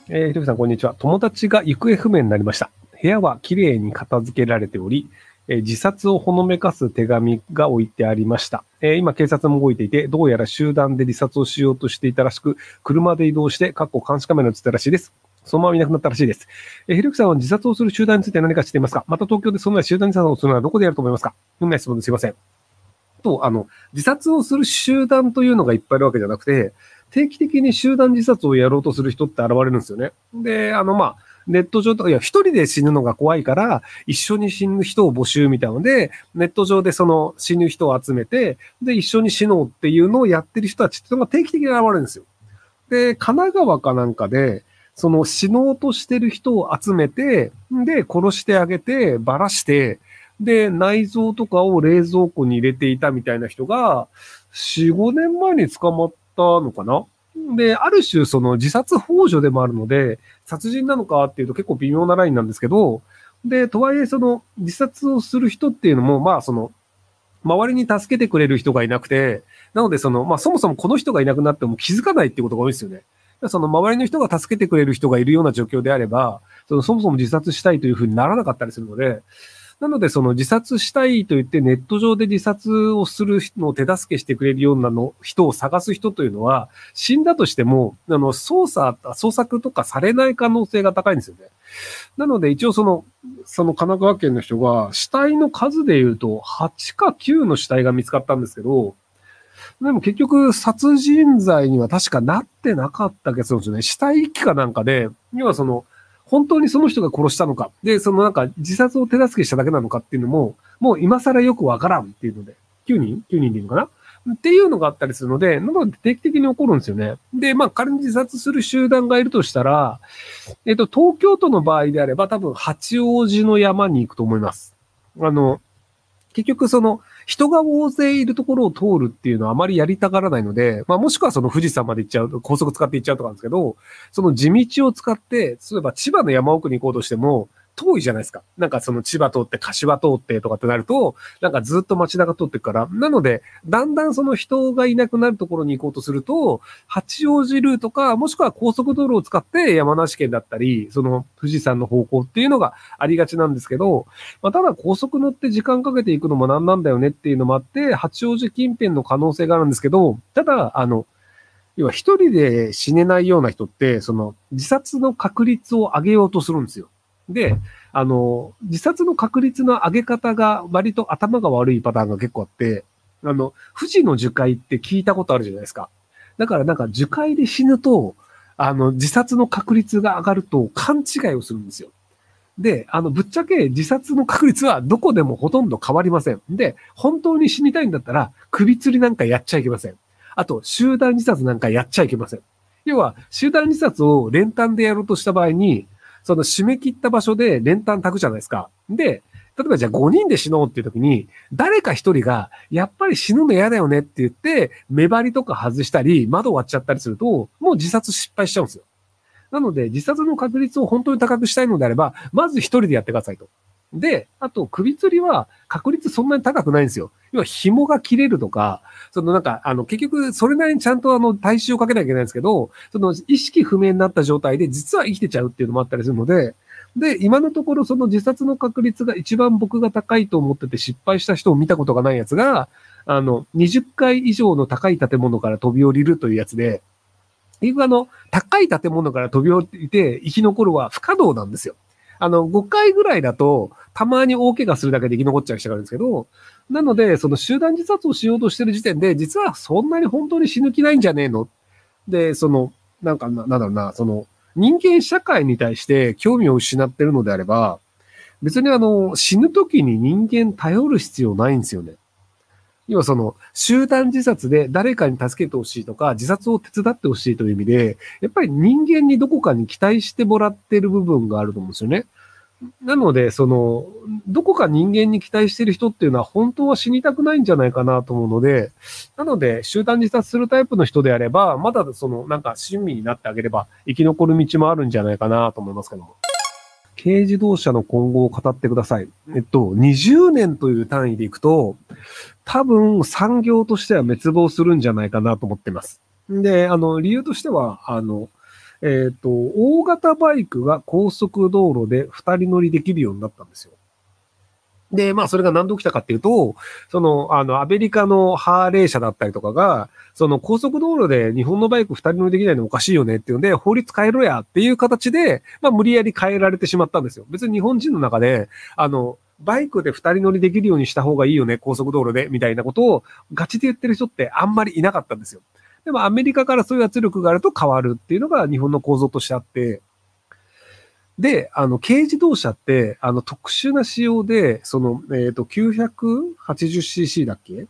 ひろきさん、こんにちは。友達が行方不明になりました。部屋はきれいに片付けられており、自殺をほのめかす手紙が置いてありました。今、警察も動いていて、どうやら集団で自殺をしようとしていたらしく、車で移動して、監視カメラに映ったらしいです。そのままいなくなったらしいです。ひろきさんは自殺をする集団について何か知っていますか？また東京でそのような集団自殺をするのはどこでやると思いますか？こんな質問ですいません。自殺をする集団というのがいっぱいいるわけじゃなくて、定期的に集団自殺をやろうとする人って現れるんですよね。で、ネット上とか、いや、一人で死ぬのが怖いから、一緒に死ぬ人を募集みたいなので、ネット上でその死ぬ人を集めて、で、一緒に死のうっていうのをやってる人たちっていうのが定期的に現れるんですよ。で、神奈川かなんかで、その死のうとしてる人を集めて、で、殺してあげて、ばらして、で、内臓とかを冷蔵庫に入れていたみたいな人が、4、5年前に捕まったのかな。で、ある種その自殺幇助でもあるので、殺人なのかっていうと結構微妙なラインなんですけど、で、とはいえその自殺をする人っていうのも、周りに助けてくれる人がいなくて、なのでそもそもこの人がいなくなっても気づかないっていうことが多いですよね。その周りの人が助けてくれる人がいるような状況であれば、そもそも自殺したいというふうにならなかったりするので、なので、その自殺したいと言ってネット上で自殺をするのを手助けしてくれるような人を探す人というのは、死んだとしても、捜索とかされない可能性が高いんですよね。なので、一応その神奈川県の人が、死体の数で言うと、8か9の死体が見つかったんですけど、でも結局、殺人罪には確かなってなかった気がするんですよね。死体遺棄かなんかで、要は本当にその人が殺したのか、で、自殺を手助けしただけなのかっていうのも、もう今更よくわからんっていうので、9人でいいのかなっていうのがあったりするので、なので定期的に起こるんですよね。で、仮に自殺する集団がいるとしたら、東京都の場合であれば多分八王子の山に行くと思います。結局人が大勢いるところを通るっていうのはあまりやりたがらないので、もしくは富士山まで行っちゃう、高速使って行っちゃうとかなんですけど、その地道を使って、例えば千葉の山奥に行こうとしても、遠いじゃないですか。千葉通って柏通ってとかってなると、ずっと街中通っていくから、なので、だんだんその人がいなくなるところに行こうとすると、八王子ルートか、もしくは高速道路を使って山梨県だったり、その富士山の方向っていうのがありがちなんですけど、ただ高速乗って時間かけていくのもなんなんだよねっていうのもあって、八王子近辺の可能性があるんですけど、ただ、要は一人で死ねないような人って、自殺の確率を上げようとするんですよ。で、自殺の確率の上げ方が割と頭が悪いパターンが結構あって、富士の樹海って聞いたことあるじゃないですか。だから樹海で死ぬと、自殺の確率が上がると勘違いをするんですよ。で、ぶっちゃけ自殺の確率はどこでもほとんど変わりません。で、本当に死にたいんだったら、首吊りなんかやっちゃいけません。あと、集団自殺なんかやっちゃいけません。要は、集団自殺を連単でやろうとした場合に、その締め切った場所で連単炊くじゃないですか。で、例えばじゃあ5人で死のうっていう時に、誰か1人が、やっぱり死ぬの嫌だよねって言って、目張りとか外したり、窓割っちゃったりすると、もう自殺失敗しちゃうんですよ。なので、自殺の確率を本当に高くしたいのであれば、まず一人でやってくださいと。で、あと、首吊りは確率そんなに高くないんですよ。要は紐が切れるとか、結局、それなりにちゃんと体重をかけなきゃいけないんですけど、意識不明になった状態で実は生きてちゃうっていうのもあったりするので、で、今のところその自殺の確率が一番僕が高いと思ってて失敗した人を見たことがないやつが、20階以上の高い建物から飛び降りるというやつで、結局高い建物から飛び降りて生き残るは不可能なんですよ。5回ぐらいだと、たまに大怪我するだけで生き残っちゃう人があるんですけど、なので、その集団自殺をしようとしてる時点で、実はそんなに本当に死ぬ気ないんじゃねえので、なんだろうな、人間社会に対して興味を失ってるのであれば、別に死ぬ時に人間頼る必要ないんですよね。要は集団自殺で誰かに助けてほしいとか、自殺を手伝ってほしいという意味で、やっぱり人間にどこかに期待してもらってる部分があると思うんですよね。なので、どこか人間に期待してる人っていうのは本当は死にたくないんじゃないかなと思うので、なので、集団自殺するタイプの人であれば、まだ親身になってあげれば生き残る道もあるんじゃないかなと思いますけども。軽自動車の今後を語ってください。20年という単位でいくと、多分産業としては滅亡するんじゃないかなと思っています。で、理由としては、 大型バイクが高速道路で2人乗りできるようになったんですよ。で、まあ、それが何で起きたかっていうと、アメリカのハーレー車だったりとかが、高速道路で日本のバイク2人乗りできないのおかしいよねっていうので、法律変えろやっていう形で、まあ、無理やり変えられてしまったんですよ。別に日本人の中で、バイクで2人乗りできるようにした方がいいよね、高速道路で、みたいなことをガチで言ってる人ってあんまりいなかったんですよ。でもアメリカからそういう圧力があると変わるっていうのが日本の構造としてあって、で、軽自動車って、特殊な仕様で、980cc だっけ？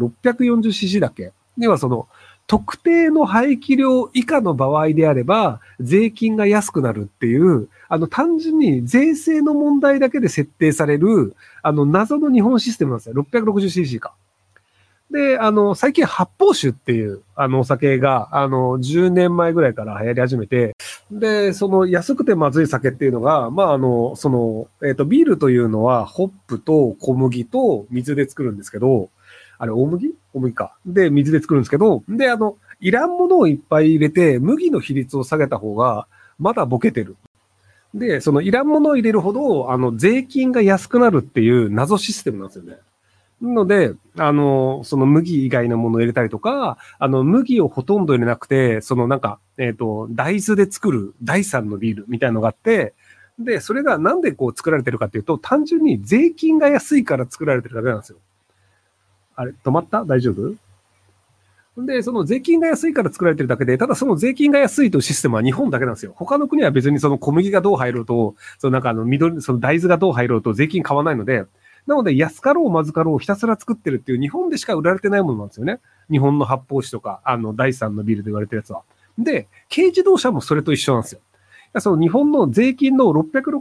640cc だっけ？では、特定の排気量以下の場合であれば、税金が安くなるっていう、単純に税制の問題だけで設定される、謎の日本システムなんですよ。660cc か。で、最近発泡酒っていう、お酒が、10年前ぐらいから流行り始めて、で、安くてまずい酒っていうのが、まあ、ビールというのは、ホップと小麦と水で作るんですけど、あれ、大麦か。で、水で作るんですけど、で、いらんものをいっぱい入れて、麦の比率を下げた方が、まだボケてる。で、いらんものを入れるほど、税金が安くなるっていう謎システムなんですよね。ので、麦以外のものを入れたりとか、麦をほとんど入れなくて、大豆で作る第三のビールみたいなのがあって、で、それがなんでこう作られてるかっていうと、単純に税金が安いから作られてるだけなんですよ。あれ、止まった？大丈夫？で、その税金が安いから作られてるだけで、ただその税金が安いというシステムは日本だけなんですよ。他の国は別にその小麦がどう入ろうと、その大豆がどう入ろうと税金変わらないので、なので安かろうまずかろうひたすら作ってるっていう日本でしか売られてないものなんですよね。日本の発泡酒とか、第三のビールで言われてるやつは。で、軽自動車もそれと一緒なんですよ。その日本の税金の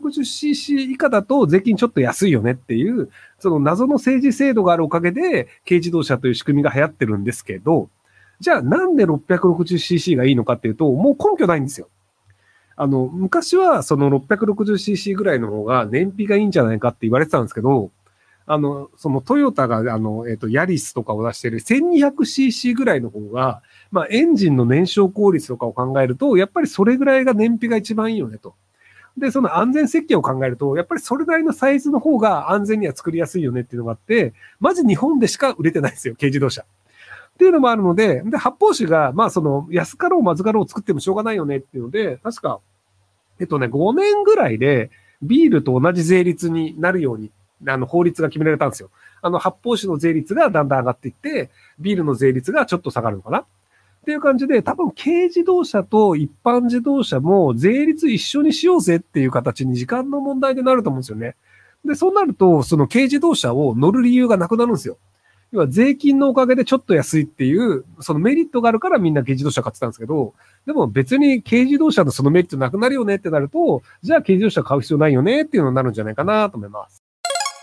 660cc 以下だと税金ちょっと安いよねっていう、その謎の政治制度があるおかげで軽自動車という仕組みが流行ってるんですけど、じゃあなんで 660cc がいいのかっていうと、もう根拠ないんですよ。昔はその 660cc ぐらいの方が燃費がいいんじゃないかって言われてたんですけど、そのトヨタが、ヤリスとかを出している 1200cc ぐらいの方が、まあ、エンジンの燃焼効率とかを考えると、やっぱりそれぐらいが燃費が一番いいよねと。で、その安全設計を考えると、やっぱりそれなりのサイズの方が安全には作りやすいよねっていうのがあって、まず日本でしか売れてないんですよ、軽自動車。っていうのもあるので、で、発泡酒が、まあ、安かろうまずかろう作ってもしょうがないよねっていうので、確か、5年ぐらいで、ビールと同じ税率になるように、法律が決められたんですよ。発泡酒の税率がだんだん上がっていって、ビールの税率がちょっと下がるのかなっていう感じで、多分軽自動車と一般自動車も税率一緒にしようぜっていう形に時間の問題でなると思うんですよね。で、そうなると、その軽自動車を乗る理由がなくなるんですよ。要は税金のおかげでちょっと安いっていう、そのメリットがあるからみんな軽自動車買ってたんですけど、でも別に軽自動車のそのメリットなくなるよねってなると、じゃあ軽自動車買う必要ないよねっていうのになるんじゃないかなと思います。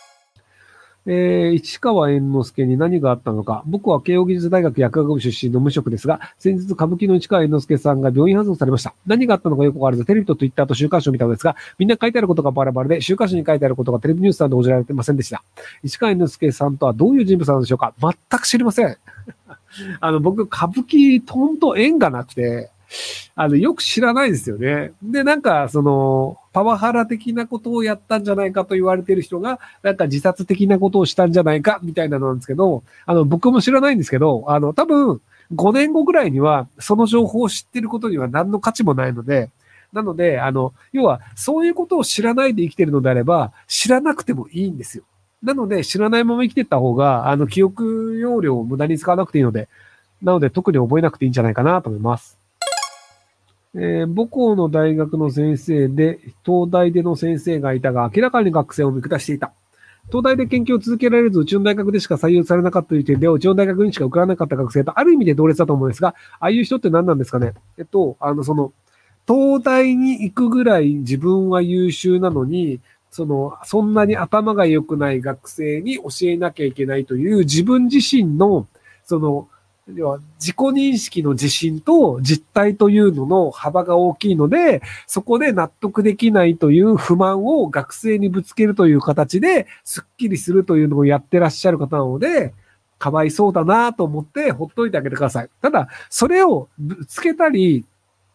市川猿之助に何があったのか。僕は慶応義塾大学薬学部出身の無職ですが、先日歌舞伎の市川猿之助さんが病院搬送されました。何があったのかよくわからず、テレビとツイッターと週刊誌を見たのですが、みんな書いてあることがバラバラで、週刊誌に書いてあることがテレビニュースさんで報じられてませんでした。市川猿之助さんとはどういう人物なんでしょうか？全く知りません。僕、歌舞伎とんと縁がなくて、よく知らないですよね。で、パワハラ的なことをやったんじゃないかと言われている人が、自殺的なことをしたんじゃないか、みたいなのなんですけど、僕も知らないんですけど、多分、5年後ぐらいには、その情報を知っていることには何の価値もないので、なので、要は、そういうことを知らないで生きているのであれば、知らなくてもいいんですよ。なので、知らないまま生きていった方が、記憶容量を無駄に使わなくていいので、なので、特に覚えなくていいんじゃないかなと思います。母校の大学の先生で、東大での先生がいたが、明らかに学生を見下していた。東大で研究を続けられず、うちの大学でしか採用されなかったという点で、うちの大学にしか受からなかった学生と、ある意味で同列だと思うんですが、ああいう人って何なんですかね。東大に行くぐらい自分は優秀なのに、そんなに頭が良くない学生に教えなきゃいけないという自分自身の、要は自己認識の自信と実態というのの幅が大きいので、そこで納得できないという不満を学生にぶつけるという形で、スッキリするというのをやってらっしゃる方なので、かわいそうだなと思ってほっといてあげてください。ただ、それをぶつけたり、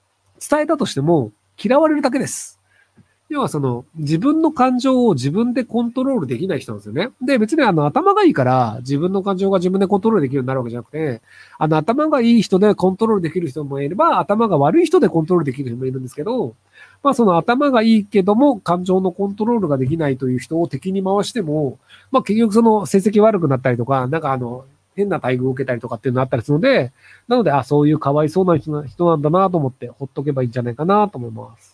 伝えたとしても嫌われるだけです。要は自分の感情を自分でコントロールできない人なんですよね。で、別に頭がいいから自分の感情が自分でコントロールできるようになるわけじゃなくて、頭がいい人でコントロールできる人もいれば、頭が悪い人でコントロールできる人もいるんですけど、まあ頭がいいけども感情のコントロールができないという人を敵に回しても、まあ結局成績悪くなったりとか、変な待遇を受けたりとかっていうのがあったりするので、なので、そういうかわいそうな人なんだなと思って、ほっとけばいいんじゃないかなと思います。